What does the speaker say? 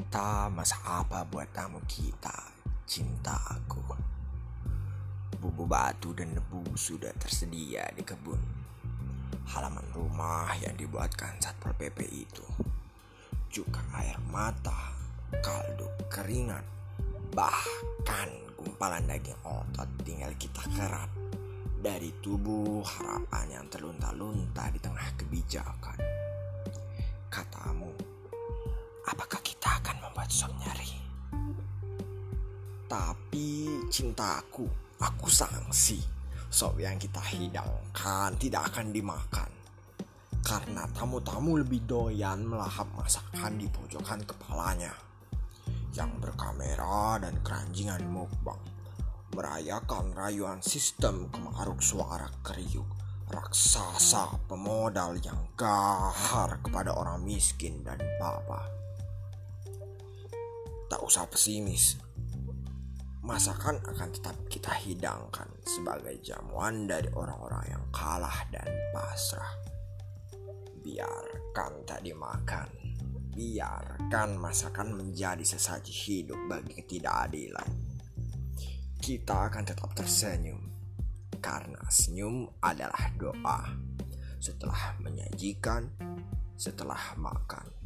Berkata, masa apa buat tamu kita, cinta aku. Bubu batu dan debu sudah tersedia di kebun halaman rumah yang dibuatkan Satpol PP itu. Juga air mata, kaldu keringat, bahkan gumpalan daging otot tinggal kita kerap dari tubuh harapan yang terlunta-lunta di tengah kebijakan. Katamu, apakah kita akan membuat suam nyeri? Tapi cintaku, aku sangsi sop yang kita hidangkan tidak akan dimakan, karena tamu-tamu lebih doyan melahap masakan di pojokan kepalanya yang berkamera dan keranjingan mukbang, merayakan rayuan sistem kemaruk suara kriuk raksasa pemodal yang gahar kepada orang miskin dan papa. Tak usah pesimis, masakan akan tetap kita hidangkan sebagai jamuan dari orang-orang yang kalah dan pasrah. Biarkan tak dimakan, biarkan masakan menjadi sesaji hidup bagi ketidakadilan. Kita akan tetap tersenyum, karena senyum adalah doa setelah menyajikan, setelah makan.